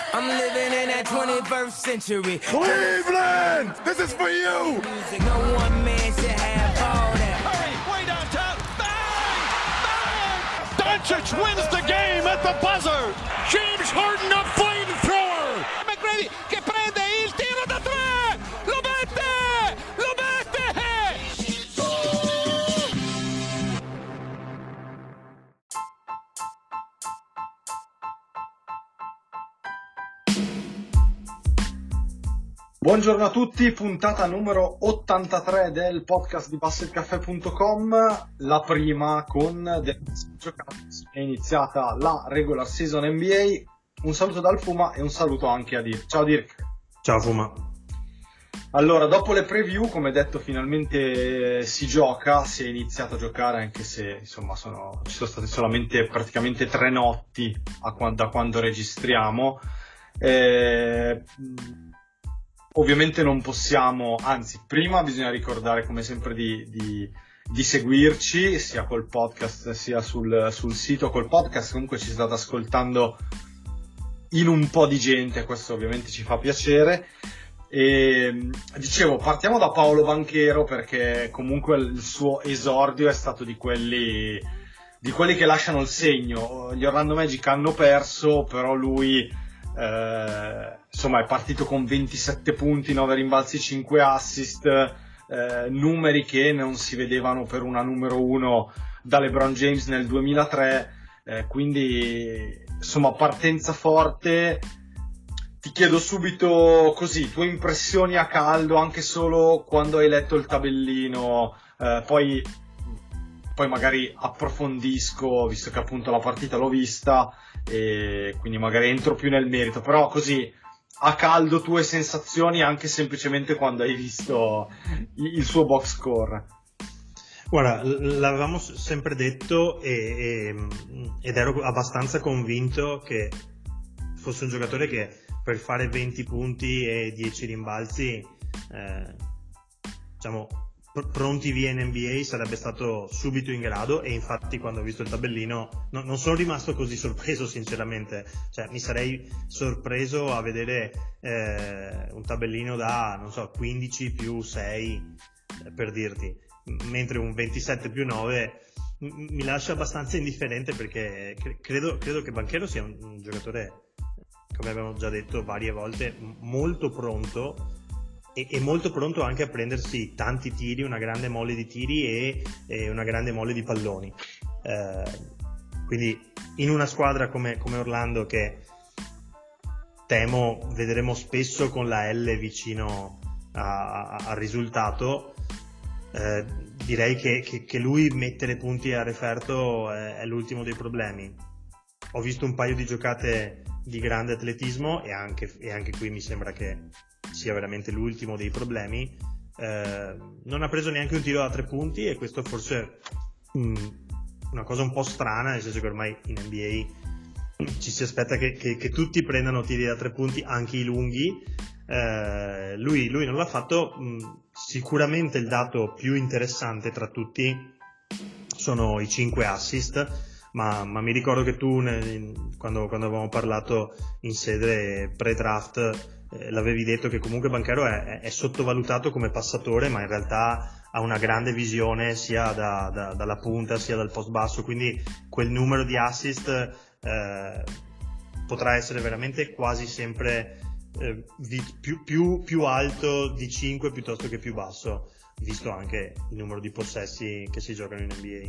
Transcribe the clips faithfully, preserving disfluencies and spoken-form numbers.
I'm living in that twenty-first century. Cleveland, this is for you. No one man should have all that. Hurry, way downtown. Bang! Bang! Doncic wins the game at the buzzer. James Harden, a flamethrower. McGrady che prende il tiro da tre. Lo mette! Lo mette! Buongiorno a tutti, puntata numero ottantatré del podcast di bassetcaffè punto com, la prima con del giocato. È iniziata la regular season N B A. Un saluto dal Fuma e un saluto anche a Dirk. Ciao Dirk. Ciao Fuma. Allora, dopo le preview, come detto, finalmente si gioca, si è iniziato a giocare, anche se insomma sono, ci sono state solamente praticamente tre notti a quando, da quando registriamo. Eh, Ovviamente non possiamo, anzi prima bisogna ricordare come sempre di, di, di seguirci sia col podcast sia sul, sul sito. Col podcast comunque ci state ascoltando in un po' di gente, questo ovviamente ci fa piacere. E dicevo, partiamo da Paolo Banchero perché comunque il suo esordio è stato di quelli, di quelli che lasciano il segno. Gli Orlando Magic hanno perso, però lui... Eh, insomma è partito con ventisette punti, nove rimbalzi, cinque assist, eh, numeri che non si vedevano per una numero uno da LeBron James nel duemilatré, eh, quindi insomma partenza forte. Ti chiedo subito così, tue impressioni a caldo, anche solo quando hai letto il tabellino, eh, poi, poi magari approfondisco, visto che appunto la partita l'ho vista, e quindi magari entro più nel merito, però così a caldo tue sensazioni anche semplicemente quando hai visto il suo box score. Guarda, l'avevamo sempre detto e, e, ed ero abbastanza convinto che fosse un giocatore che per fare venti punti e dieci rimbalzi eh, diciamo pronti via in N B A sarebbe stato subito in grado, e infatti quando ho visto il tabellino no, non sono rimasto così sorpreso sinceramente, cioè mi sarei sorpreso a vedere eh, un tabellino da non so quindici più sei eh, per dirti, mentre un ventisette più nove m- mi lascia abbastanza indifferente perché cre- credo, credo che Banchero sia un, un giocatore, come abbiamo già detto varie volte, molto pronto e molto pronto anche a prendersi tanti tiri, una grande mole di tiri e, e una grande mole di palloni, eh, quindi in una squadra come, come Orlando, che temo vedremo spesso con la L vicino a, a, al risultato, eh, direi che, che, che lui mettere punti a referto è, è l'ultimo dei problemi. Ho visto un paio di giocate di grande atletismo e anche, e anche qui mi sembra che sia veramente l'ultimo dei problemi. Eh, non ha preso neanche un tiro da tre punti e questo forse è mh, una cosa un po' strana, nel senso che ormai in N B A ci si aspetta che, che, che tutti prendano tiri da tre punti, anche i lunghi. Eh, lui, lui non l'ha fatto. Mh, sicuramente il dato più interessante tra tutti sono i cinque assist, ma, ma mi ricordo che tu ne, quando, quando avevamo parlato in sede pre-draft Eh, l'avevi detto che comunque Banchero è, è sottovalutato come passatore, ma in realtà ha una grande visione sia da, da, dalla punta sia dal post basso, quindi quel numero di assist eh, potrà essere veramente quasi sempre eh, vi, più, più, più alto di cinque piuttosto che più basso, visto anche il numero di possessi che si giocano in N B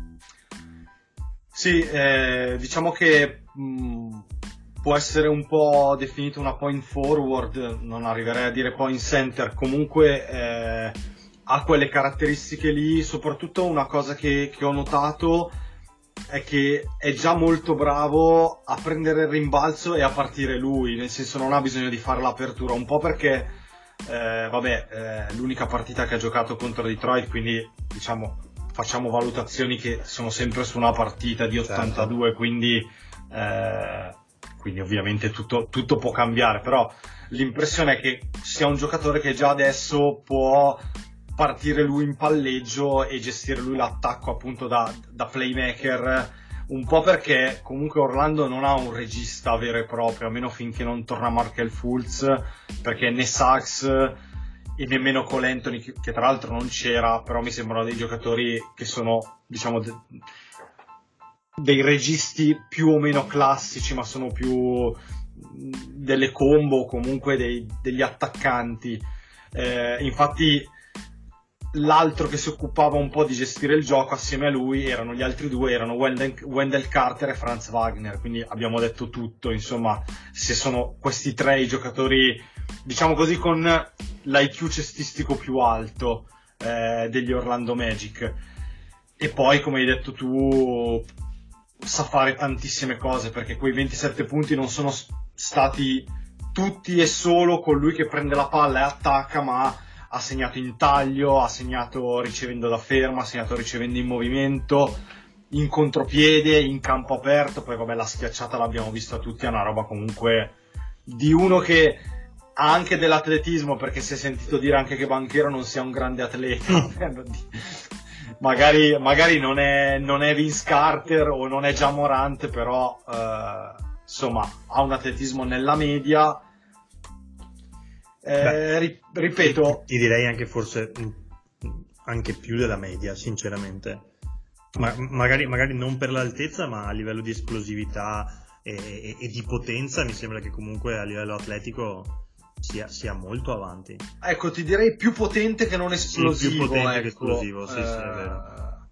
A. Sì, eh, diciamo che mh... può essere un po' definito una point forward, non arriverei a dire point center, comunque eh, ha quelle caratteristiche lì. Soprattutto una cosa che, che ho notato è che è già molto bravo a prendere il rimbalzo e a partire lui, nel senso non ha bisogno di fare l'apertura, un po' perché eh, vabbè eh, l'unica partita che ha giocato contro Detroit, quindi diciamo facciamo valutazioni che sono sempre su una partita di ottantadue, certo. quindi eh, quindi ovviamente tutto, tutto può cambiare, però l'impressione è che sia un giocatore che già adesso può partire lui in palleggio e gestire lui l'attacco appunto da, da playmaker, un po' perché comunque Orlando non ha un regista vero e proprio, a meno finché non torna Markelle Fultz, perché né Sachs e nemmeno Cole Anthony, che, che tra l'altro non c'era, però mi sembrano dei giocatori che sono, diciamo, de- dei registi più o meno classici, ma sono più delle combo, comunque dei, degli attaccanti. Eh, infatti l'altro che si occupava un po' di gestire il gioco assieme a lui erano gli altri due, erano Wendell, Wendell Carter e Franz Wagner, quindi abbiamo detto tutto, insomma, se sono questi tre i giocatori, diciamo così, con l'I Q cestistico più alto eh, degli Orlando Magic. E poi, come hai detto tu, sa fare tantissime cose, perché quei ventisette punti non sono stati tutti e solo con lui che prende la palla e attacca, ma ha segnato in taglio, ha segnato ricevendo da ferma, ha segnato ricevendo in movimento, in contropiede, in campo aperto. Poi vabbè, la schiacciata l'abbiamo vista tutti, è una roba comunque di uno che ha anche dell'atletismo, perché si è sentito dire anche che Banchero non sia un grande atleta. magari, magari non è, non è Vince Carter o non è Ja Morant, però eh, insomma ha un atletismo nella media. Eh, Beh, ripeto, ti direi anche forse anche più della media, sinceramente. Ma, magari, magari non per l'altezza, ma a livello di esplosività e, e, e di potenza mi sembra che comunque a livello atletico sia, sia molto avanti. Ecco, ti direi più potente che non esplosivo. Sì, più potente ecco. che esplosivo, sì, eh... sì, è vero.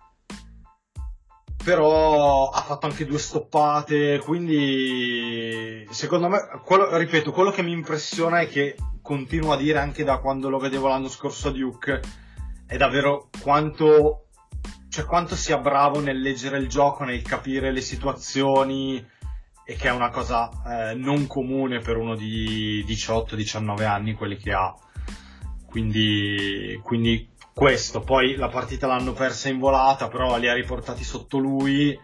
Però ha fatto anche due stoppate, quindi secondo me, quello, ripeto, quello che mi impressiona è che continuo a dire anche da quando lo vedevo l'anno scorso a Duke, è davvero quanto, cioè quanto sia bravo nel leggere il gioco, nel capire le situazioni, e che è una cosa eh, non comune per uno di diciotto diciannove anni, quelli che ha. Quindi, quindi questo, poi la partita l'hanno persa in volata, però li ha riportati sotto lui,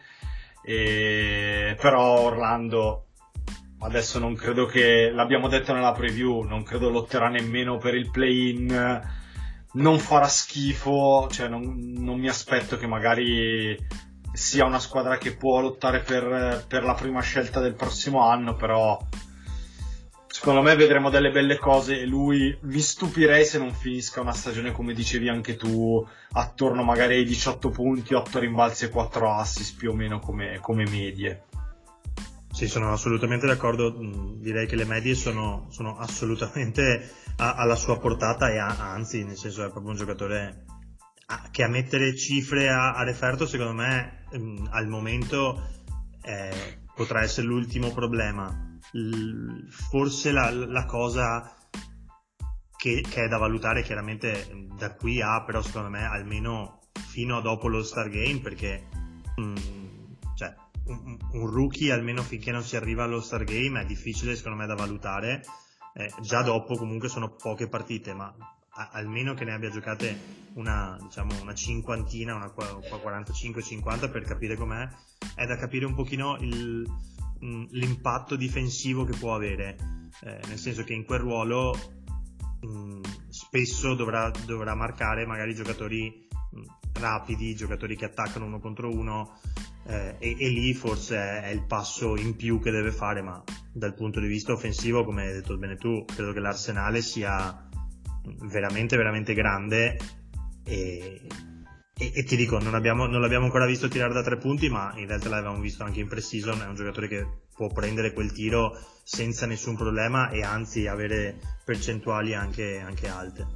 e però Orlando adesso non credo che, l'abbiamo detto nella preview, non credo lotterà nemmeno per il play-in, non farà schifo, cioè non, non mi aspetto che magari sia una squadra che può lottare per, per la prima scelta del prossimo anno, però secondo me vedremo delle belle cose, e lui, mi stupirei se non finisca una stagione, come dicevi anche tu, attorno magari ai diciotto punti, otto rimbalzi e quattro assist più o meno come, come medie. Sì, sono assolutamente d'accordo, direi che le medie sono, sono assolutamente a, alla sua portata, e a, anzi, nel senso, è proprio un giocatore a, che a mettere cifre a, a referto, secondo me mh, al momento eh, potrà essere l'ultimo problema. L, forse la, la cosa che, che è da valutare, chiaramente da qui a, però secondo me almeno fino a dopo lo All-Star Game, perché mh, cioè un, un rookie almeno finché non si arriva allo All-Star Game è difficile secondo me da valutare, eh, già dopo comunque sono poche partite, ma a, almeno che ne abbia giocate una, diciamo, una cinquantina, una quarantacinque cinquanta, per capire com'è. È da capire un pochino il, l'impatto difensivo che può avere, eh, nel senso che in quel ruolo mh, spesso dovrà, dovrà marcare magari giocatori mh, rapidi, giocatori che attaccano uno contro uno, eh, e, e lì forse è, è il passo in più che deve fare, ma dal punto di vista offensivo, come hai detto bene tu, credo che l'arsenale sia veramente veramente grande, e, e, e ti dico, non, abbiamo, non l'abbiamo ancora visto tirare da tre punti, ma in realtà l'avevamo visto anche in pre-season. È un giocatore che può prendere quel tiro senza nessun problema, e anzi avere percentuali anche, anche alte.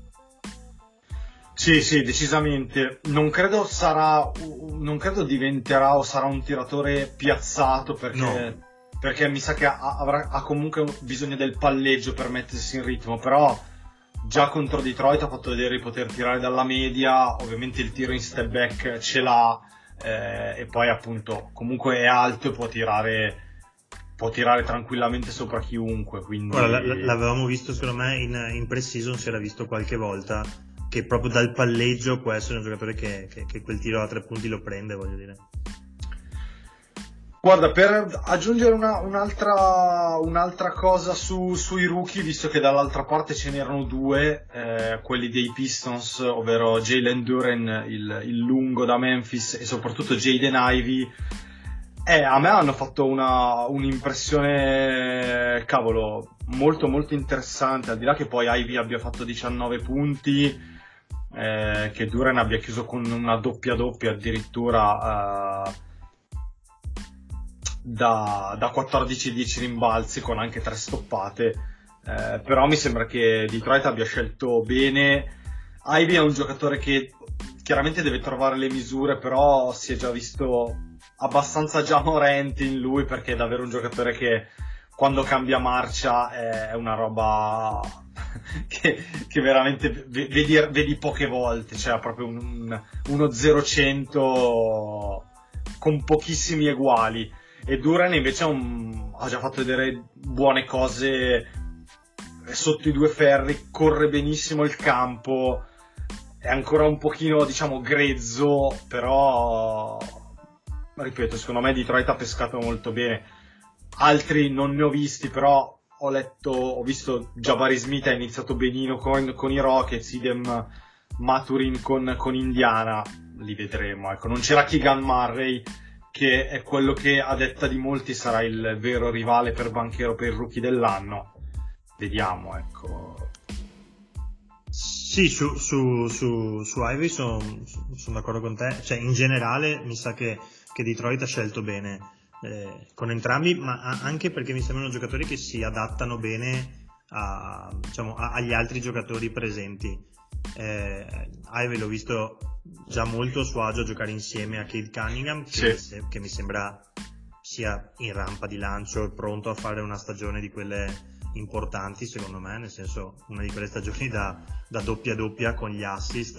Sì, sì, decisamente. Non credo sarà, non credo diventerà o sarà un tiratore piazzato, perché, no. perché mi sa che ha, avrà, ha comunque bisogno del palleggio per mettersi in ritmo, però già contro Detroit ha fatto vedere di poter tirare dalla media, ovviamente il tiro in step back ce l'ha, eh, e poi appunto comunque è alto e può tirare, può tirare tranquillamente sopra chiunque, quindi... Guarda, l- l'avevamo visto secondo me in, in pre-season, si era visto qualche volta che proprio dal palleggio può essere un giocatore che, che, che quel tiro a tre punti lo prende, voglio dire. Guarda, per aggiungere una, un'altra, un'altra cosa su, sui rookie, visto che dall'altra parte ce n'erano due, eh, quelli dei Pistons, ovvero Jalen Duren, il, il lungo da Memphis, e soprattutto Jaden Ivey, Eh, a me hanno fatto una, un'impressione, cavolo, molto molto interessante, al di là che poi Ivy abbia fatto diciannove punti, eh, che Duren abbia chiuso con una doppia doppia addirittura eh, da, da quattordici dieci rimbalzi con anche tre stoppate, eh, però mi sembra che Detroit abbia scelto bene. Ivy è un giocatore che chiaramente deve trovare le misure, però si è già visto abbastanza già morente in lui, perché è davvero un giocatore che quando cambia marcia è una roba che, che veramente vedi, vedi poche volte, cioè proprio un, uno zero cento con pochissimi eguali. E Duren invece un, ha già fatto vedere buone cose sotto i due ferri, corre benissimo il campo, è ancora un pochino, diciamo, grezzo, però ripeto, secondo me Detroit ha pescato molto bene. Altri non ne ho visti, però ho letto, ho visto Jabari Smith ha iniziato benino con, con i Rockets, idem Maturin con, con Indiana, li vedremo, ecco. Non c'era Keegan Murray, che è quello che a detta di molti sarà il vero rivale per Banchero per il rookie dell'anno. Vediamo, ecco. Sì, su, su, su, su Ivy sono son d'accordo con te, cioè in generale mi sa che, che Detroit ha scelto bene eh, con entrambi, ma anche perché mi sembrano giocatori che si adattano bene a, diciamo, a, agli altri giocatori presenti. eh, Ivy l'ho visto già molto a suo agio a giocare insieme a Cade Cunningham, che, sì. che mi sembra sia in rampa di lancio e pronto a fare una stagione di quelle importanti, secondo me, nel senso una di quelle stagioni da, da doppia doppia con gli assist,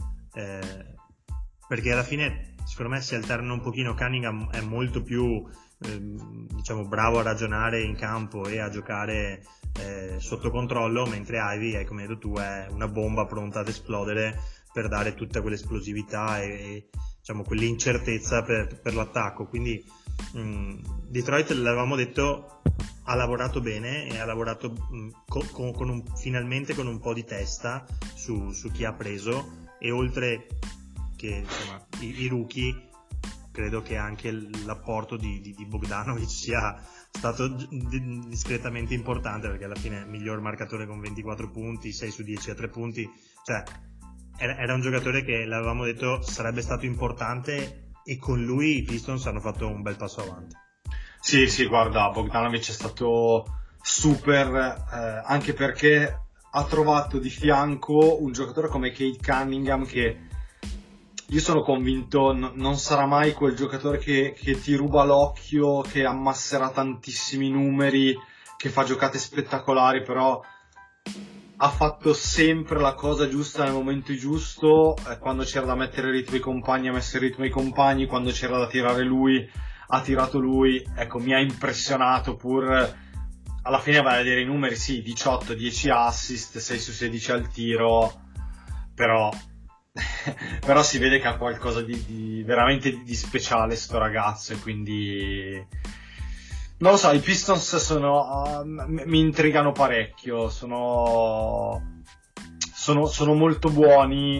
eh, perché alla fine secondo me si alternano un pochino. Cunningham è molto più eh, diciamo bravo a ragionare in campo e a giocare eh, sotto controllo, mentre Ivy è, come hai detto tu, è una bomba pronta ad esplodere per dare tutta quell'esplosività e, e diciamo quell'incertezza per, per l'attacco. Quindi mh, Detroit, l'avevamo detto, ha lavorato bene e ha lavorato mh, con, con, con un, finalmente con un po' di testa su, su chi ha preso, e oltre che insomma, i, i rookie, credo che anche l'apporto di, di, di Bogdanovic sia stato d- discretamente importante, perché alla fine miglior marcatore con ventiquattro punti, sei su dieci a tre punti, cioè era, era un giocatore che, l'avevamo detto, sarebbe stato importante, e con lui i Pistons hanno fatto un bel passo avanti. Sì, sì, guarda, Bogdanovic è stato super, eh, anche perché ha trovato di fianco un giocatore come Cade Cunningham, che io sono convinto n- non sarà mai quel giocatore che, che ti ruba l'occhio, che ammasserà tantissimi numeri, che fa giocate spettacolari, però ha fatto sempre la cosa giusta nel momento giusto. Eh, quando c'era da mettere il ritmo ai compagni ha messo il ritmo ai compagni, quando c'era da tirare lui ha tirato lui. Ecco, mi ha impressionato, pur alla fine vai a vedere i numeri, sì, diciotto, dieci assist, sei su sedici al tiro, però però si vede che ha qualcosa di, di veramente di speciale sto ragazzo, e quindi non lo so, i Pistons sono uh, m- mi intrigano parecchio, sono sono, sono molto buoni,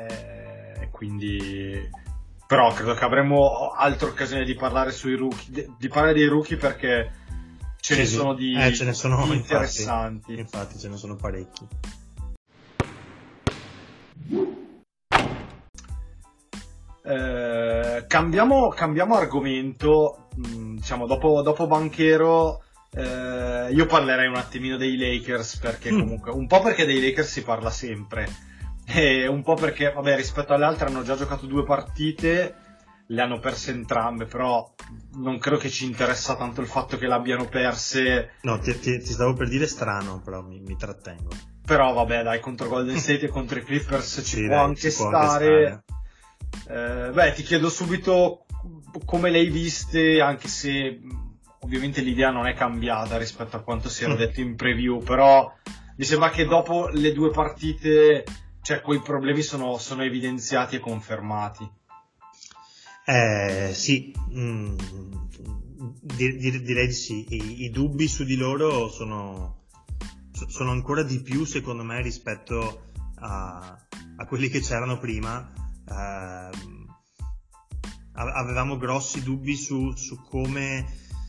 eh, quindi però credo che avremo altre occasioni di parlare sui rookie, di, di parlare dei rookie, perché ce sì, ne sì. sono di, eh, ce ne sono di interessanti. Infatti, infatti ce ne sono parecchi. Eh, cambiamo, cambiamo argomento, mm, diciamo dopo, dopo Banchero. eh, io parlerei un attimino dei Lakers, perché Mm. comunque un po' perché dei Lakers si parla sempre, e un po' perché vabbè, rispetto alle altre hanno già giocato due partite, le hanno perse entrambe, però non credo che ci interessa tanto il fatto che l'abbiano perse. No, ti, ti, ti stavo per dire strano, però mi, mi trattengo. Però vabbè, dai, contro Golden State e contro i Clippers ci Sì, può dai, anche ci può stare. anche stare. Eh, beh, ti chiedo subito come le hai viste, anche se ovviamente l'idea non è cambiata rispetto a quanto si era Mm. detto in preview, però mi sembra che dopo le due partite, cioè, quei problemi sono, sono evidenziati e confermati. Eh, sì, mm, di- di- direi di sì. I, i dubbi su di loro sono, sono ancora di più, secondo me, rispetto a, a quelli che c'erano prima. Eh, avevamo grossi dubbi su, su come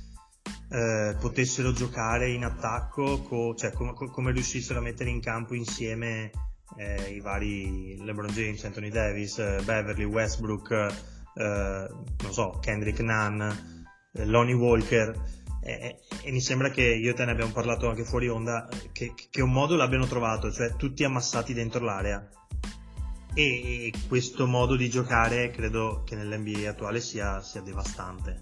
eh, potessero giocare in attacco, co- cioè com- come riuscissero a mettere in campo insieme eh, i vari LeBron James, Anthony Davis, eh, Beverly, Westbrook, eh, non so, Kendrick Nunn, eh, Lonnie Walker. E, e mi sembra che io e te ne abbiamo parlato anche fuori onda, che, che un modo l'abbiano trovato, cioè tutti ammassati dentro l'area, e, e questo modo di giocare credo che nell'N B A attuale sia, sia devastante,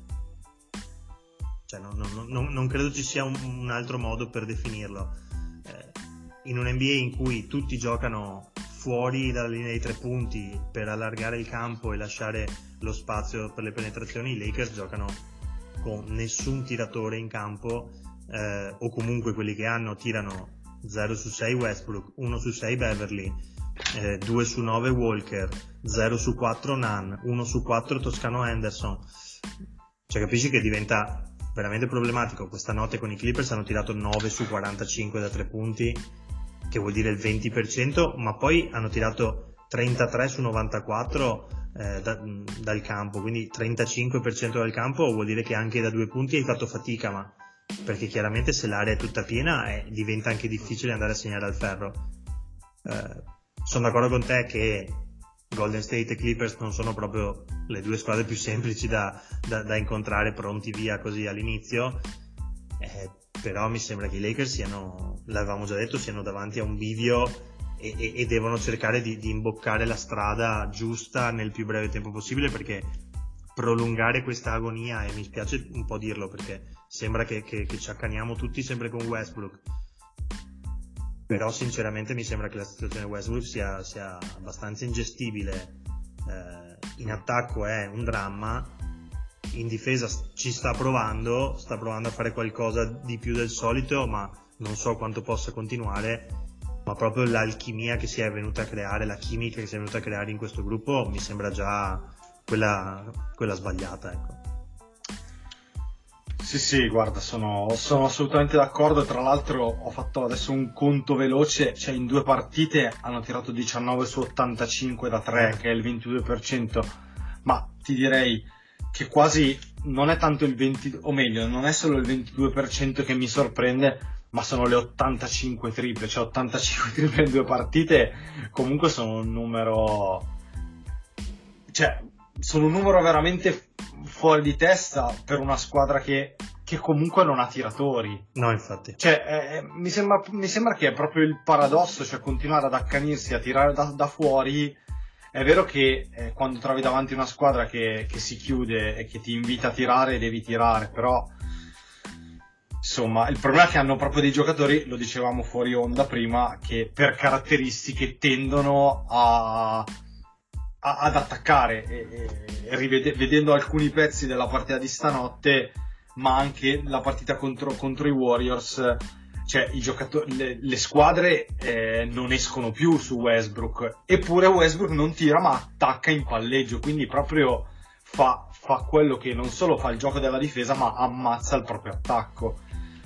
cioè non, non, non, non credo ci sia un, un altro modo per definirlo. Eh, in un N B A in cui tutti giocano fuori dalla linea dei tre punti per allargare il campo e lasciare lo spazio per le penetrazioni, i Lakers giocano con nessun tiratore in campo, eh, o comunque quelli che hanno tirano zero su sei Westbrook, uno su sei Beverly, eh, due su nove Walker, zero su quattro Nunn, uno su quattro Toscano Henderson. Cioè capisci che diventa veramente problematico. Questa notte con i Clippers hanno tirato nove su quarantacinque da tre punti, che vuol dire il venti per cento, ma poi hanno tirato trentatré su novantaquattro eh, da, dal campo, quindi trentacinque per cento dal campo vuol dire che anche da due punti hai fatto fatica, ma perché chiaramente se l'area è tutta piena eh, diventa anche difficile andare a segnare al ferro. Eh, sono d'accordo con te che Golden State e Clippers non sono proprio le due squadre più semplici da, da, da incontrare pronti via così all'inizio, eh, però mi sembra che i Lakers siano, l'avevamo già detto, siano davanti a un bivio e, e, e devono cercare di, di imboccare la strada giusta nel più breve tempo possibile, perché prolungare questa agonia, e mi spiace un po' dirlo perché sembra che, che, che ci accaniamo tutti sempre con Westbrook, però sinceramente mi sembra che la situazione Westbrook sia, sia abbastanza ingestibile. Eh, in attacco è un dramma, in difesa ci sta provando, sta provando a fare qualcosa di più del solito, ma non so quanto possa continuare. Ma proprio l'alchimia che si è venuta a creare, la chimica che si è venuta a creare in questo gruppo mi sembra già quella, quella sbagliata, ecco. Sì, sì, guarda, sono, sono assolutamente d'accordo. Tra l'altro ho fatto adesso un conto veloce, cioè in due partite hanno tirato diciannove su ottantacinque da tre, che è il ventidue per cento, ma ti direi che quasi non è tanto il venti, o meglio, non è solo il ventidue per cento che mi sorprende, ma sono le ottantacinque triple, cioè ottantacinque triple in due partite, comunque sono un numero, cioè sono un numero veramente fuori di testa per una squadra che, che comunque non ha tiratori. No, infatti. Cioè, eh, mi sembra, mi sembra che è proprio il paradosso, cioè continuare ad accanirsi a tirare da, da fuori. È vero che eh, quando trovi davanti una squadra che, che si chiude e che ti invita a tirare, devi tirare, però insomma il problema è che hanno proprio dei giocatori, lo dicevamo fuori onda prima, che per caratteristiche tendono a, a ad attaccare, e, e rivede, vedendo alcuni pezzi della partita di stanotte, ma anche la partita contro, contro i Warriors, cioè i giocatori, le, le squadre eh, non escono più su Westbrook, eppure Westbrook non tira ma attacca in palleggio, quindi proprio fa, fa quello che non solo fa il gioco della difesa ma ammazza il proprio attacco.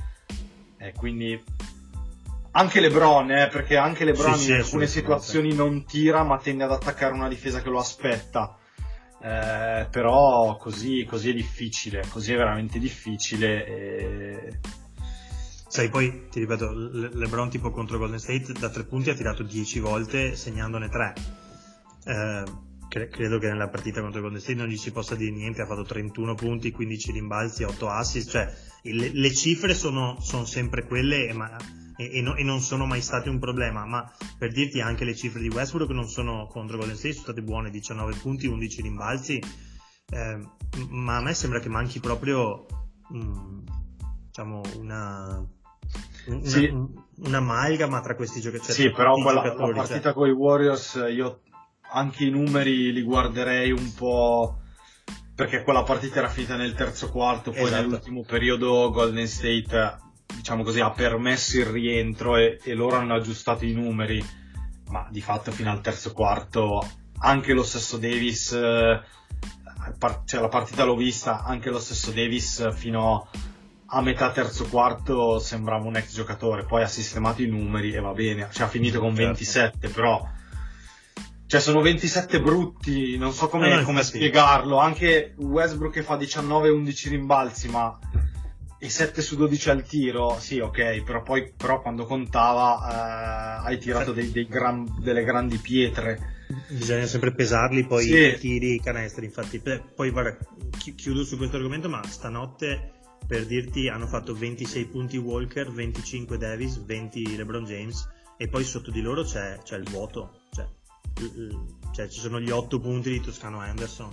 E quindi anche LeBron, eh, perché anche LeBron sì, in sì, alcune situazioni non tira ma tende ad attaccare una difesa che lo aspetta, eh, però così, così è difficile, così è veramente difficile. E... sai, poi ti ripeto, Le- LeBron tipo contro Golden State da tre punti ha tirato dieci volte segnandone tre. Eh, cre- credo che nella partita contro Golden State non gli si possa dire niente, ha fatto trentuno punti, quindici rimbalzi, otto assist, cioè le, le cifre sono, sono sempre quelle e, ma, e, e, no, e non sono mai state un problema, ma per dirti anche le cifre di Westbrook non sono contro Golden State, sono state buone, diciannove punti, undici rimbalzi, eh, ma a me sembra che manchi proprio mh, diciamo una Una, sì. un'amalgama tra questi giocatori. Sì, però quella, la partita cioè. con i Warriors, io anche i numeri li guarderei un po', perché quella partita era finita nel terzo quarto, poi esatto. Nell'ultimo periodo Golden State, diciamo così, ha permesso il rientro e, e loro hanno aggiustato i numeri, ma di fatto fino al terzo quarto anche lo stesso Davis, eh, par- cioè la partita l'ho vista, anche lo stesso Davis fino a metà terzo quarto sembrava un ex giocatore, poi ha sistemato i numeri e va bene, cioè ha finito con ventisette, però Cioè sono ventisette brutti, non so come, no, no, come infatti... spiegarlo. Anche Westbrook che fa diciannove undici rimbalzi, ma e sette su dodici al tiro, sì, ok, però poi però quando contava eh, hai tirato dei, dei gran, delle grandi pietre. Bisogna sempre pesarli poi sì. i tiri, i canestri, infatti. Poi guarda, chi- chiudo su questo argomento, ma stanotte, per dirti, hanno fatto ventisei punti Walker, venticinque Davis, venti LeBron James, e poi sotto di loro c'è, c'è il vuoto, cioè, cioè ci sono gli otto punti di Toscano Anderson.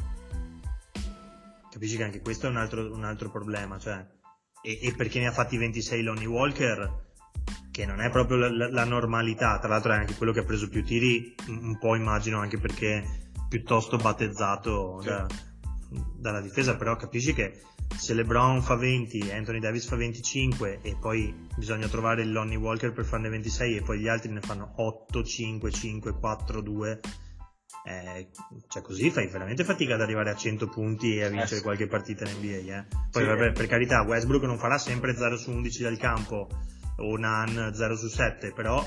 Capisci che anche questo è un altro, un altro problema, cioè, e, e perché ne ha fatti ventisei Lonnie Walker, che non è proprio la, la, la normalità, tra l'altro è anche quello che ha preso più tiri, un po' immagino anche perché piuttosto battezzato sì. da, dalla difesa, però capisci che se LeBron fa venti, Anthony Davis fa venticinque e poi bisogna trovare il Lonnie Walker per farne ventisei e poi gli altri ne fanno otto, cinque, cinque, quattro, due, eh, cioè così fai veramente fatica ad arrivare a cento punti e a vincere eh sì. qualche partita in N B A, eh. Poi sì, vabbè, per carità, Westbrook non farà sempre zero su undici dal campo o Nan zero su sette, però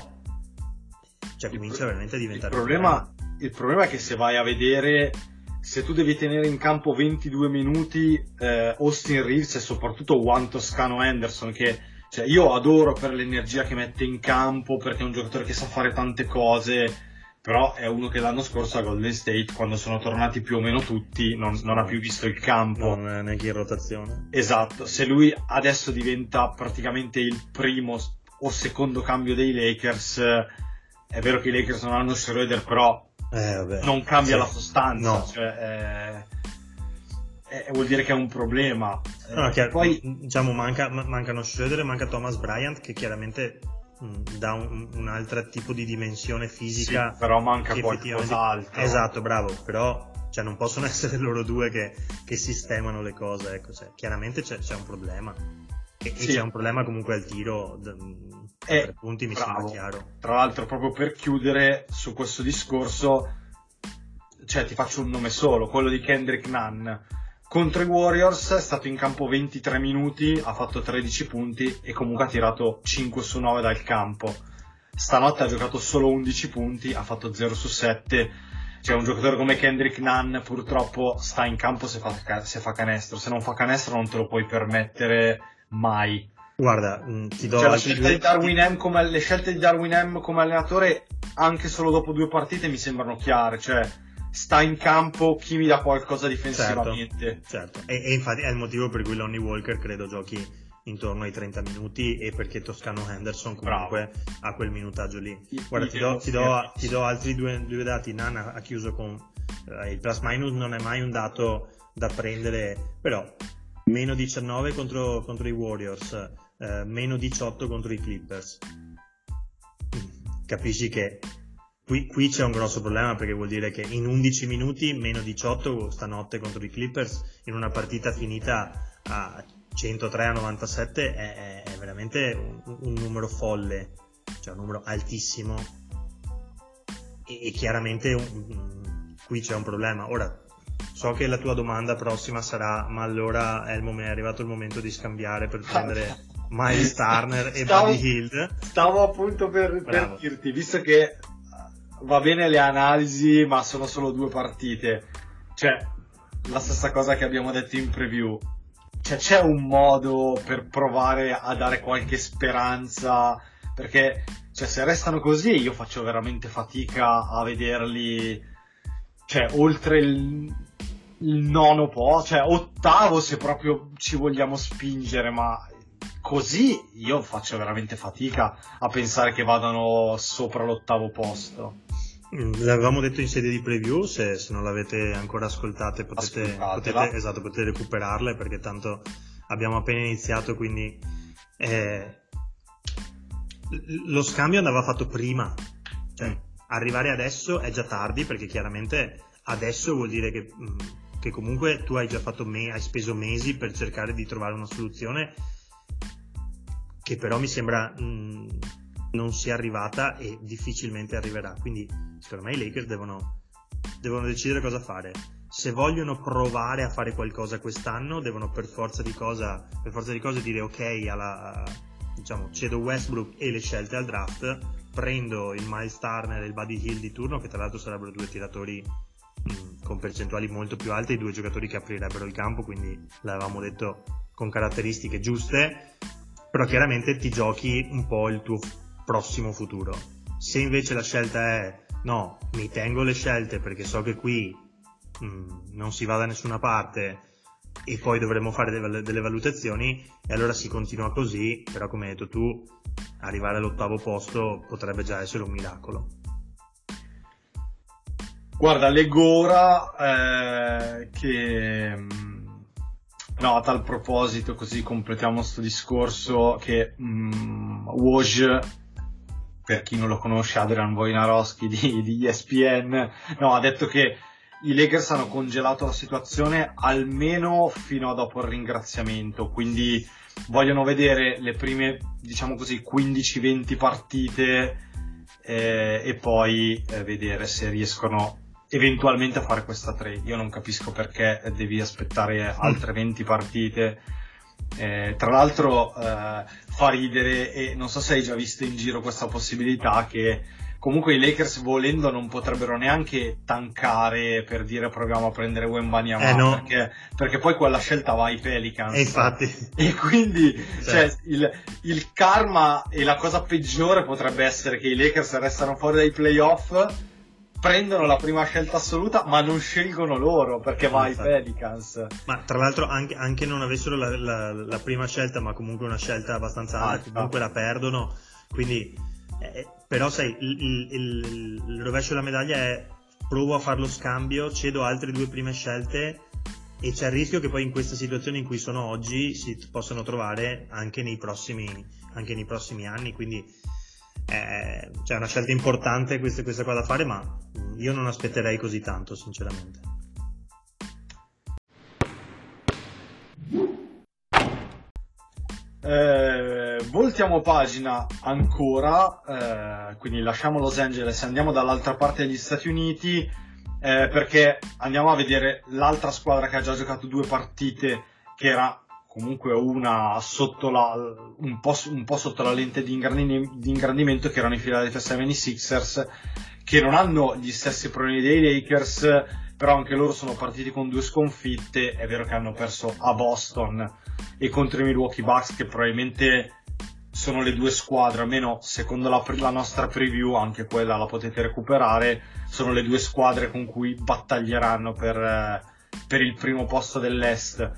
cioè comincia pro- veramente a diventare il problema, il problema è che se vai a vedere, se tu devi tenere in campo ventidue minuti eh, Austin Reeves e soprattutto Juan Toscano Anderson, che cioè, io adoro per l'energia che mette in campo, perché è un giocatore che sa fare tante cose, però è uno che l'anno scorso a Golden State, quando sono tornati più o meno tutti, non, non ha più visto il campo. Non è neanche in rotazione. Esatto, se lui adesso diventa praticamente il primo o secondo cambio dei Lakers, è vero che i Lakers non hanno Schroeder, però eh, vabbè. non cambia sì. la sostanza, no. cioè, eh, eh, vuol dire che è un problema. No, eh, chiaro, poi diciamo manca, mancano Schroeder e manca Thomas Bryant, che chiaramente dà un, un altro tipo di dimensione fisica, sì, però manca effettivamente... qualcos'altro. Esatto, bravo, però cioè, non possono essere loro due che, che sistemano le cose, ecco, cioè, chiaramente c'è, c'è un problema e, sì. e c'è un problema comunque al tiro d- eh, tre punti mi bravo. sembra chiaro. Tra l'altro, proprio per chiudere su questo discorso, cioè ti faccio un nome solo, quello di Kendrick Nunn. Contro i Warriors è stato in campo ventitré minuti, ha fatto tredici punti e comunque ha tirato cinque su nove dal campo. Stanotte ha giocato solo undici punti, ha fatto zero su sette. Cioè un giocatore come Kendrick Nunn purtroppo sta in campo se fa, se fa canestro, se non fa canestro non te lo puoi permettere mai. Guarda, ti do cioè, la scelta due... di Darwin Ham come, le scelte di Darwin Ham come allenatore anche solo dopo due partite mi sembrano chiare, cioè sta in campo chi mi dà qualcosa difensivamente. Certo, certo. E, e infatti è il motivo per cui Lonnie Walker credo giochi intorno ai trenta minuti e perché Toscano Henderson comunque Bravo. ha quel minutaggio lì. Guarda, ti do, ti do, ti do altri due, due dati. Nana ha chiuso con eh, il plus minus, non è mai un dato da prendere, però meno diciannove contro, contro i Warriors, eh, meno diciotto contro i Clippers. Capisci che Qui, qui c'è un grosso problema, perché vuol dire che in undici minuti meno diciotto stanotte contro i Clippers in una partita finita a centotré a novantasette è, è veramente un, un numero folle, cioè un numero altissimo e, e chiaramente un, un, qui c'è un problema. Ora so che la tua domanda prossima sarà: ma allora è, il mom- è arrivato il momento di scambiare per prendere Miles Turner e stavo, Buddy Hield? Stavo appunto per, per dirti, visto che va bene le analisi, ma sono solo due partite. Cioè, la stessa cosa che abbiamo detto in preview. Cioè, c'è un modo per provare a dare qualche speranza? Perché, cioè, se restano così, io faccio veramente fatica a vederli. Cioè, oltre il, il nono po', cioè, ottavo se proprio ci vogliamo spingere, ma così io faccio veramente fatica a pensare che vadano sopra l'ottavo posto. L'avevamo detto in sede di preview, se, se non l'avete ancora ascoltate potete, potete, esatto, potete recuperarle, perché tanto abbiamo appena iniziato, quindi eh, lo scambio andava fatto prima, cioè mm. arrivare adesso è già tardi, perché chiaramente adesso vuol dire che, che comunque tu hai già fatto me- hai speso mesi per cercare di trovare una soluzione che però mi sembra mh, non sia arrivata e difficilmente arriverà. Quindi secondo me i Lakers devono, devono decidere cosa fare. Se vogliono provare a fare qualcosa quest'anno, devono per forza di cosa per forza di cose dire ok alla, diciamo cedo Westbrook e le scelte al draft, prendo il Miles Turner e il Buddy Hield di turno, che tra l'altro sarebbero due tiratori mh, con percentuali molto più alte, i due giocatori che aprirebbero il campo, quindi l'avevamo detto con caratteristiche giuste, però chiaramente ti giochi un po' il tuo prossimo futuro. Se invece la scelta è no, mi tengo le scelte perché so che qui mh, non si va da nessuna parte e poi dovremo fare delle, delle valutazioni, e allora si continua così, però come hai detto tu, arrivare all'ottavo posto potrebbe già essere un miracolo. Guarda, leggo ora eh, che no, a tal proposito, così completiamo sto discorso, che um, Woj, per chi non lo conosce, Adrian Wojnarowski di, di E S P N, no, ha detto che i Lakers hanno congelato la situazione almeno fino a dopo il ringraziamento, quindi vogliono vedere le prime, diciamo così, quindici venti partite eh, e poi eh, vedere se riescono eventualmente a fare questa trade. Io non capisco perché devi aspettare altre venti partite. Eh, tra l'altro eh, fa ridere, e non so se hai già visto in giro questa possibilità, che comunque i Lakers volendo non potrebbero neanche tankare per dire proviamo a prendere Wembanyama, eh no. perché, perché poi quella scelta va ai Pelicans, e infatti e quindi cioè. Cioè, il, il karma e la cosa peggiore potrebbe essere che i Lakers restano fuori dai playoff, prendono la prima scelta assoluta ma non scelgono loro perché va ai Pelicans. Ma tra l'altro anche, anche non avessero la, la, la prima scelta, ma comunque una scelta abbastanza alta, ah, comunque ah. la perdono, quindi eh, però sai il, il, il, il rovescio della medaglia è provo a fare lo scambio, cedo altre due prime scelte e c'è il rischio che poi in questa situazione in cui sono oggi si possano trovare anche nei prossimi, anche nei prossimi anni, quindi eh, c'è una scelta importante questa, questa qua da fare, ma io non aspetterei così tanto sinceramente. Eh, voltiamo pagina ancora, eh, quindi lasciamo Los Angeles e andiamo dall'altra parte degli Stati Uniti, eh, perché andiamo a vedere l'altra squadra che ha già giocato due partite, che era comunque una sotto la, un, po', un po' sotto la lente di, ingrandimento, di ingrandimento, che erano i Philadelphia seventy-sixers, che non hanno gli stessi problemi dei Lakers, però anche loro sono partiti con due sconfitte. È vero che hanno perso a Boston e contro i Milwaukee Bucks, che probabilmente sono le due squadre, almeno secondo la, la nostra preview, anche quella la potete recuperare, sono le due squadre con cui battaglieranno per, eh, per il primo posto dell'Est.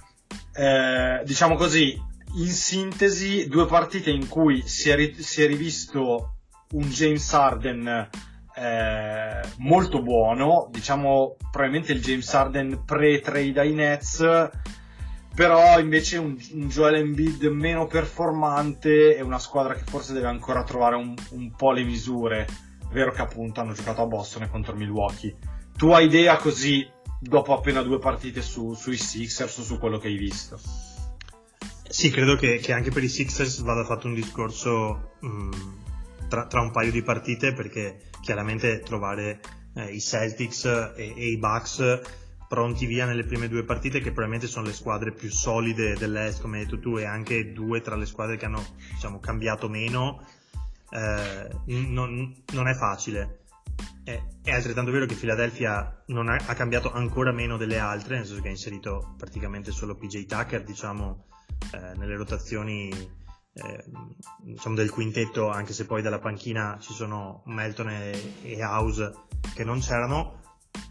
Eh, diciamo così, in sintesi, due partite in cui si è, ri- si è rivisto un James Harden eh, molto buono, diciamo probabilmente il James Harden pre-trade ai Nets, però invece un, un Joel Embiid meno performante e una squadra che forse deve ancora trovare un, un po' le misure. Vero che appunto hanno giocato a Boston e contro Milwaukee. Tu hai idea così, dopo appena due partite su, sui Sixers, o su quello che hai visto? Sì, credo che, che anche per i Sixers vada fatto un discorso mh, tra, tra un paio di partite, perché chiaramente trovare eh, i Celtics e, e i Bucks pronti via nelle prime due partite, che probabilmente sono le squadre più solide dell'Est, come hai detto tu, e anche due tra le squadre che hanno, diciamo, cambiato meno, eh, non, non è facile. È, è altrettanto vero che Philadelphia non ha, ha cambiato ancora meno delle altre, nel senso che ha inserito praticamente solo P J Tucker, diciamo, eh, nelle rotazioni eh, diciamo del quintetto, anche se poi dalla panchina ci sono Melton e, e House che non c'erano.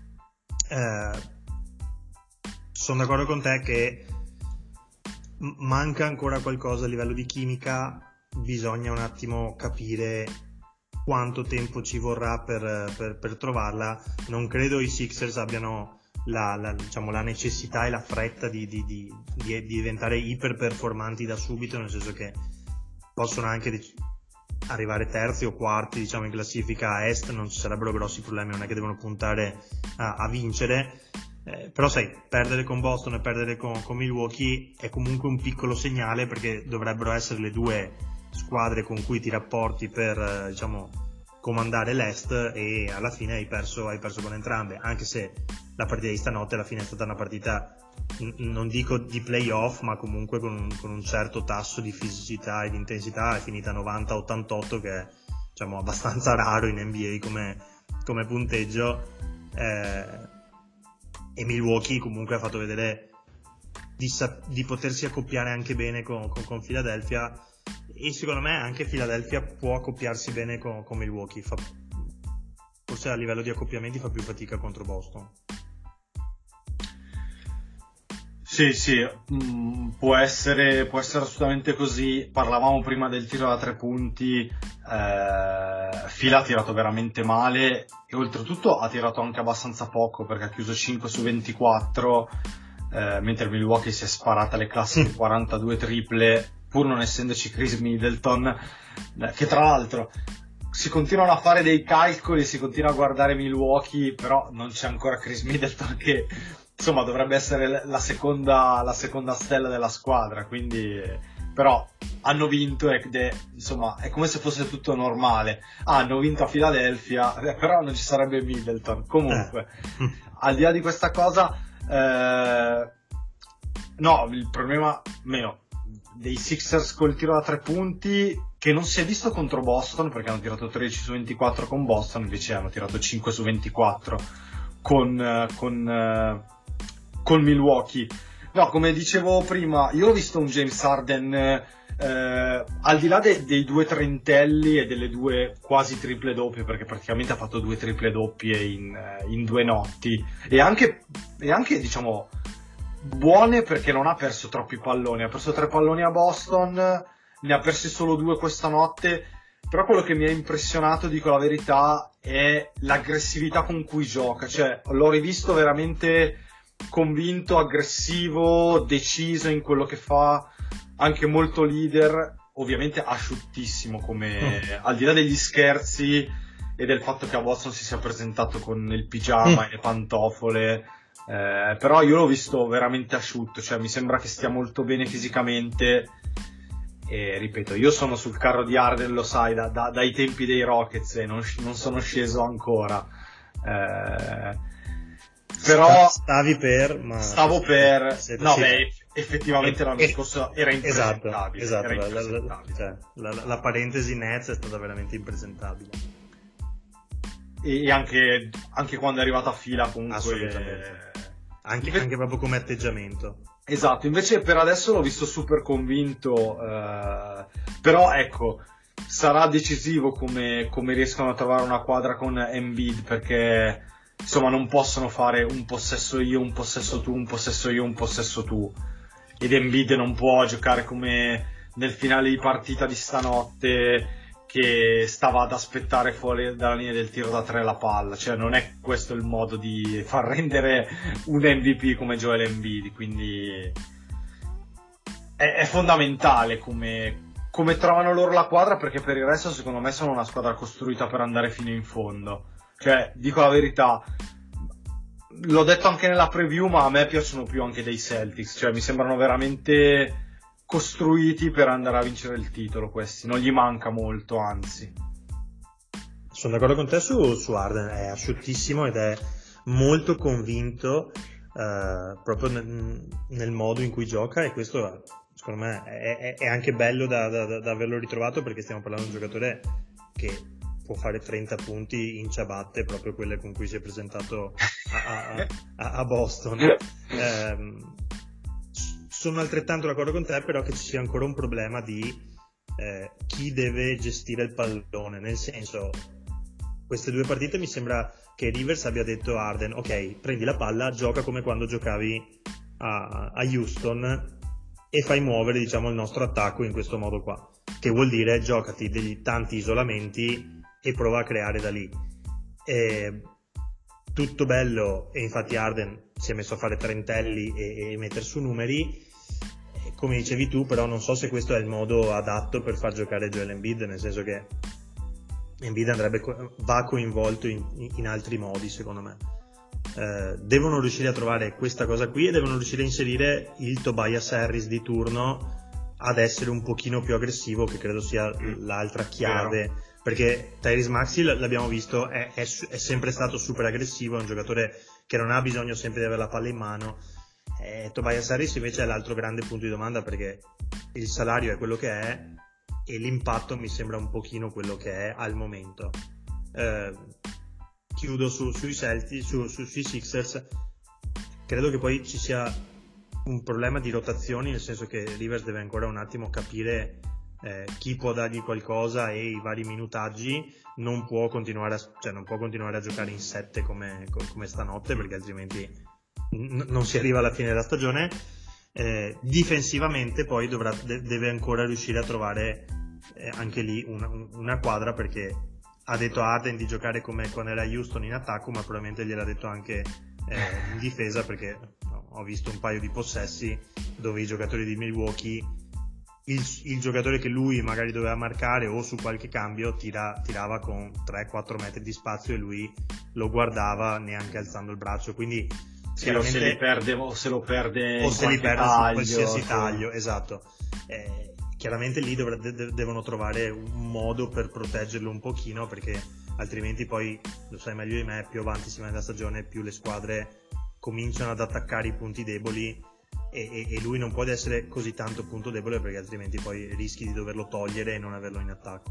Eh, sono d'accordo con te che manca ancora qualcosa a livello di chimica, bisogna un attimo capire quanto tempo ci vorrà per, per, per trovarla. Non credo i Sixers abbiano la, la, diciamo, la necessità e la fretta di, di, di, di, di diventare iper performanti da subito, nel senso che possono anche arrivare terzi o quarti, diciamo, in classifica a Est, non ci sarebbero grossi problemi, non è che devono puntare a, a vincere. Eh, però sai, perdere con Boston e perdere con, con Milwaukee è comunque un piccolo segnale, perché dovrebbero essere le due squadre con cui ti rapporti per eh, diciamo comandare l'Est, e alla fine hai perso, hai perso con entrambe, anche se la partita di stanotte alla fine è stata una partita, n- non dico di playoff, ma comunque con un, con un certo tasso di fisicità e di intensità. È finita novanta a ottantotto, che è, diciamo, abbastanza raro in N B A come, come punteggio, eh, e Milwaukee comunque ha fatto vedere di, sa- di potersi accoppiare anche bene con, con, con Philadelphia, e secondo me anche Philadelphia può accoppiarsi bene con, con Milwaukee. Fa, forse a livello di accoppiamenti fa più fatica contro Boston. Sì, sì, mm, può essere, può essere assolutamente così. Parlavamo prima del tiro da tre punti, eh, Fila ha tirato veramente male e oltretutto ha tirato anche abbastanza poco, perché ha chiuso cinque su ventiquattro, eh, mentre Milwaukee si è sparata le classiche quarantadue triple, pur non essendoci Chris Middleton, eh, che tra l'altro si continuano a fare dei calcoli, si continua a guardare Milwaukee, però non c'è ancora Chris Middleton, che insomma dovrebbe essere la seconda, la seconda stella della squadra, quindi però hanno vinto ed è, insomma, è come se fosse tutto normale. Ah, hanno vinto a Philadelphia, però non ci sarebbe Middleton. Comunque, eh. al di là di questa cosa, eh, no, il problema meno dei Sixers col tiro da tre punti, che non si è visto contro Boston, perché hanno tirato tredici su ventiquattro con Boston, invece hanno tirato cinque su ventiquattro con, con, con Milwaukee. No, come dicevo prima, io ho visto un James Harden, eh, al di là de- dei due trentelli e delle due quasi triple doppie, perché praticamente ha fatto due triple doppie in, in due notti, e anche, e anche diciamo buone, perché non ha perso troppi palloni, ha perso tre palloni a Boston, ne ha persi solo due questa notte. Però quello che mi ha impressionato, dico la verità, è l'aggressività con cui gioca. Cioè, l'ho rivisto veramente convinto, aggressivo, deciso in quello che fa, anche molto leader, ovviamente asciuttissimo, come mm. al di là degli scherzi e del fatto che a Boston si sia presentato con il pigiama mm. e le pantofole, eh, però io l'ho visto veramente asciutto, cioè mi sembra che stia molto bene fisicamente. E ripeto, io sono sul carro di Harden, lo sai, da, da, dai tempi dei Rockets, e non, non sono sceso ancora, eh, però stavi per ma stavo per se, no sì. beh, effettivamente l'anno eh, scorso era impresentabile, esatto, esatto, era la, impresentabile. La, la, la, la parentesi Nets è stata veramente impresentabile, e, e anche, anche quando è arrivata a Fila comunque assolutamente, eh, anche, inve- anche proprio come atteggiamento. Esatto, invece per adesso l'ho visto super convinto, eh, però ecco, sarà decisivo come, come riescono a trovare una quadra con Embiid, perché insomma non possono fare un possesso io, un possesso tu, un possesso io, un possesso tu, ed Embiid non può giocare come nel finale di partita di stanotte, che stava ad aspettare fuori dalla linea del tiro da tre la palla. Cioè non è questo il modo di far rendere un M V P come Joel Embiid, quindi è, è fondamentale come, come trovano loro la quadra, perché per il resto secondo me sono una squadra costruita per andare fino in fondo. Cioè, dico la verità, l'ho detto anche nella preview, ma a me piacciono più anche dei Celtics, cioè mi sembrano veramente costruiti per andare a vincere il titolo. Questi non gli manca molto, anzi. Sono d'accordo con te su, su Harden, è asciuttissimo ed è molto convinto, eh, proprio nel, nel modo in cui gioca, e questo secondo me è, è anche bello da, da, da averlo ritrovato, perché stiamo parlando di un giocatore che può fare trenta punti in ciabatte, proprio quelle con cui si è presentato a, a, a Boston. Eh, sono altrettanto d'accordo con te, però, che ci sia ancora un problema di eh, chi deve gestire il pallone, nel senso, queste due partite mi sembra che Rivers abbia detto a Harden: ok, prendi la palla, gioca come quando giocavi a, a Houston e fai muovere, diciamo, il nostro attacco in questo modo qua, che vuol dire giocati degli tanti isolamenti e prova a creare da lì. E tutto bello, e infatti Harden si è messo a fare trentelli e, e mettere su numeri, e come dicevi tu, però non so se questo è il modo adatto per far giocare Joel Embiid, nel senso che Embiid andrebbe, va coinvolto in, in altri modi, secondo me. Eh, devono riuscire a trovare questa cosa qui, e devono riuscire a inserire il Tobias Harris di turno ad essere un pochino più aggressivo, che credo sia l'altra chiave. Vero. Perché Tyrese Maxey, l'abbiamo visto, è, è, è sempre stato super aggressivo, è un giocatore che non ha bisogno sempre di avere la palla in mano. Eh, Tobias Harris invece è l'altro grande punto di domanda, perché il salario è quello che è e l'impatto mi sembra un pochino quello che è al momento. Eh, chiudo su, sui Celtics, su, su, sui Sixers. Credo che poi ci sia un problema di rotazioni, nel senso che Rivers deve ancora un attimo capire eh, chi può dargli qualcosa e i vari minutaggi. Non può continuare a, cioè non può continuare a giocare in sette come, come stanotte, perché altrimenti n- non si arriva alla fine della stagione. Eh, difensivamente poi dovrà, de- deve ancora riuscire a trovare eh, anche lì una, una quadra, perché ha detto a Harden di giocare come quando era Houston in attacco, ma probabilmente gliel'ha detto anche eh, in difesa, perché no, ho visto un paio di possessi dove i giocatori di Milwaukee, il, il giocatore che lui magari doveva marcare o su qualche cambio tira, tirava con tre quattro metri di spazio e lui lo guardava neanche alzando il braccio, quindi sì, o se li perde o se lo perde o in se li perde taglio, su qualsiasi sì. taglio, esatto. Eh, chiaramente lì dov- de- devono trovare un modo per proteggerlo un pochino, perché altrimenti poi, lo sai meglio di me, più avanti si va nella stagione più le squadre cominciano ad attaccare i punti deboli e, e, e lui non può essere così tanto punto debole, perché altrimenti poi rischi di doverlo togliere e non averlo in attacco.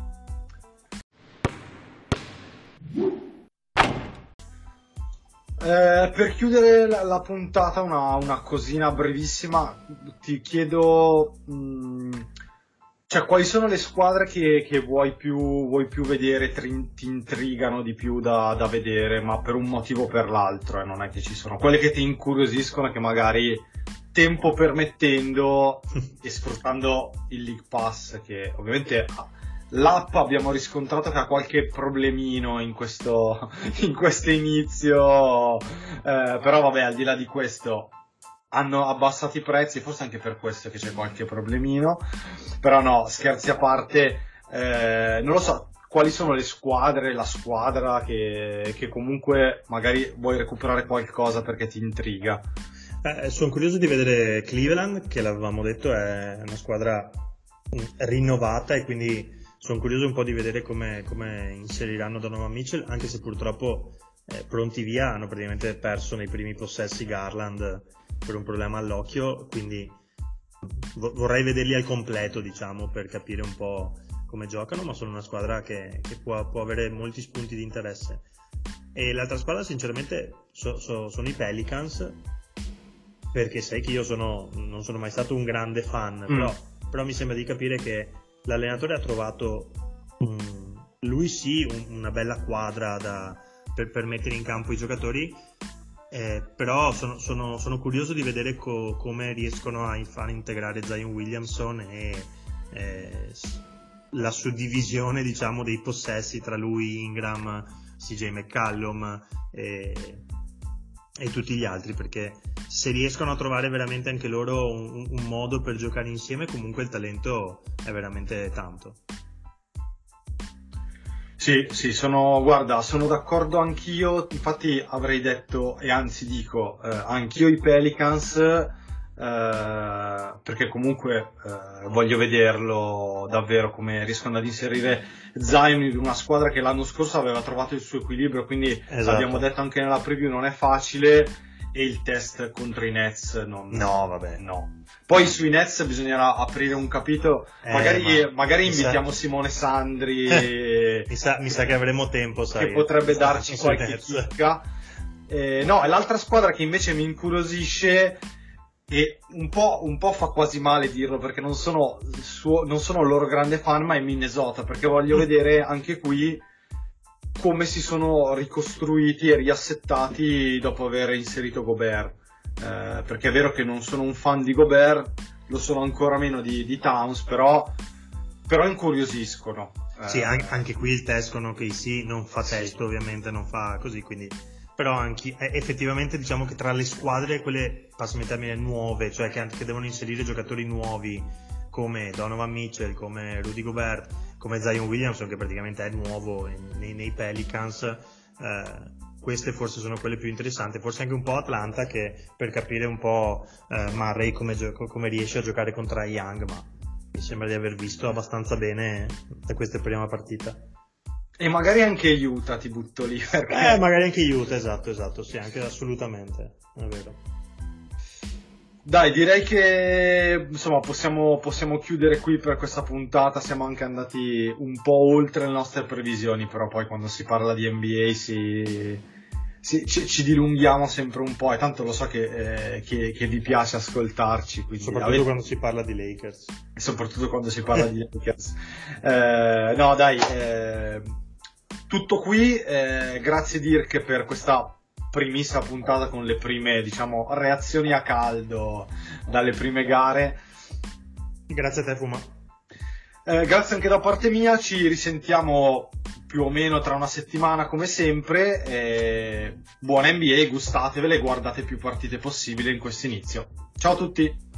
Eh, per chiudere la, la puntata una, una cosina brevissima, ti chiedo mh, cioè quali sono le squadre che, che vuoi più vuoi più vedere, ti, ti intrigano di più da, da vedere, ma per un motivo o per l'altro, eh, non è che ci sono quelle che ti incuriosiscono, che magari tempo permettendo e sfruttando il League Pass, che ovviamente l'app abbiamo riscontrato che ha qualche problemino in questo in questo inizio, eh, però vabbè, al di là di questo hanno abbassato i prezzi, forse anche per questo che c'è qualche problemino, però no, scherzi a parte, eh, non lo so, quali sono le squadre, la squadra che, che comunque magari vuoi recuperare qualcosa perché ti intriga? Eh, sono curioso di vedere Cleveland, che l'avevamo detto è una squadra rinnovata, e quindi sono curioso un po' di vedere come, come inseriranno Donovan Mitchell, anche se purtroppo eh, pronti via hanno praticamente perso nei primi possessi Garland per un problema all'occhio, quindi vo- vorrei vederli al completo, diciamo, per capire un po' come giocano, ma sono una squadra che, che può, può avere molti spunti di interesse. E l'altra squadra sinceramente so, so, sono i Pelicans, perché sai che io sono, non sono mai stato un grande fan, mm. però, però mi sembra di capire che l'allenatore ha trovato um, lui sì un, una bella quadra da, per, per mettere in campo i giocatori, eh, però sono, sono, sono curioso di vedere co, come riescono a far integrare Zion Williamson e eh, la suddivisione, diciamo, dei possessi tra lui, Ingram, C J McCallum e, e tutti gli altri, perché se riescono a trovare veramente anche loro un, un modo per giocare insieme, comunque il talento è veramente tanto. Sì, sì, sono, guarda, sono d'accordo anch'io, infatti avrei detto, e anzi dico, eh, anch'io i Pelicans, eh, perché comunque eh, voglio vederlo davvero come riescono ad inserire Zion in una squadra che l'anno scorso aveva trovato il suo equilibrio, quindi esatto. Abbiamo detto anche nella preview, non è facile, e il test contro i Nets non, no vabbè no poi sui Nets bisognerà aprire un capitolo, eh, magari, ma magari invitiamo sa... Simone Sandri eh, mi, sa, mi sa che avremo tempo, sai, che potrebbe darci qualche chicca. Eh, no, è l'altra squadra che invece mi incuriosisce, e un po', un po' fa quasi male dirlo, perché non sono suo, non sono il loro grande fan, ma è Minnesota, perché voglio vedere anche qui come si sono ricostruiti e riassettati dopo aver inserito Gobert, eh, perché è vero che non sono un fan di Gobert, lo sono ancora meno di, di Towns, però, però incuriosiscono. Sì, eh, anche qui il test con O K C non fa testo, sì. Ovviamente non fa così, quindi però anche effettivamente diciamo che tra le squadre, quelle, passami il termine, nuove, cioè che, che devono inserire giocatori nuovi come Donovan Mitchell, come Rudy Gobert, come Zion Williamson, che praticamente è nuovo nei, nei Pelicans, eh, queste forse sono quelle più interessanti, forse anche un po' Atlanta, che per capire un po' eh, Murray come, gio- come riesce a giocare contro Trae Young, ma mi sembra di aver visto abbastanza bene da questa prima partita. E magari anche Utah ti butto lì. Perché... Eh, magari anche Utah, esatto, esatto, sì, anche assolutamente, è vero. Dai, direi che insomma possiamo, possiamo chiudere qui per questa puntata. Siamo anche andati un po' oltre le nostre previsioni, però poi quando si parla di N B A si, si, ci, ci dilunghiamo sempre un po', e tanto lo so che, eh, che, che vi piace ascoltarci. Quindi soprattutto avete... quando si parla di Lakers. Soprattutto quando si parla di Lakers. Eh, no, dai, eh, tutto qui. Eh, grazie Dirk per questa primissima puntata con le prime, diciamo, reazioni a caldo dalle prime gare. Grazie a te, Fuma. Eh, grazie anche da parte mia, ci risentiamo più o meno tra una settimana come sempre. Eh, buona N B A, gustatevele e guardate più partite possibile in questo inizio. Ciao a tutti!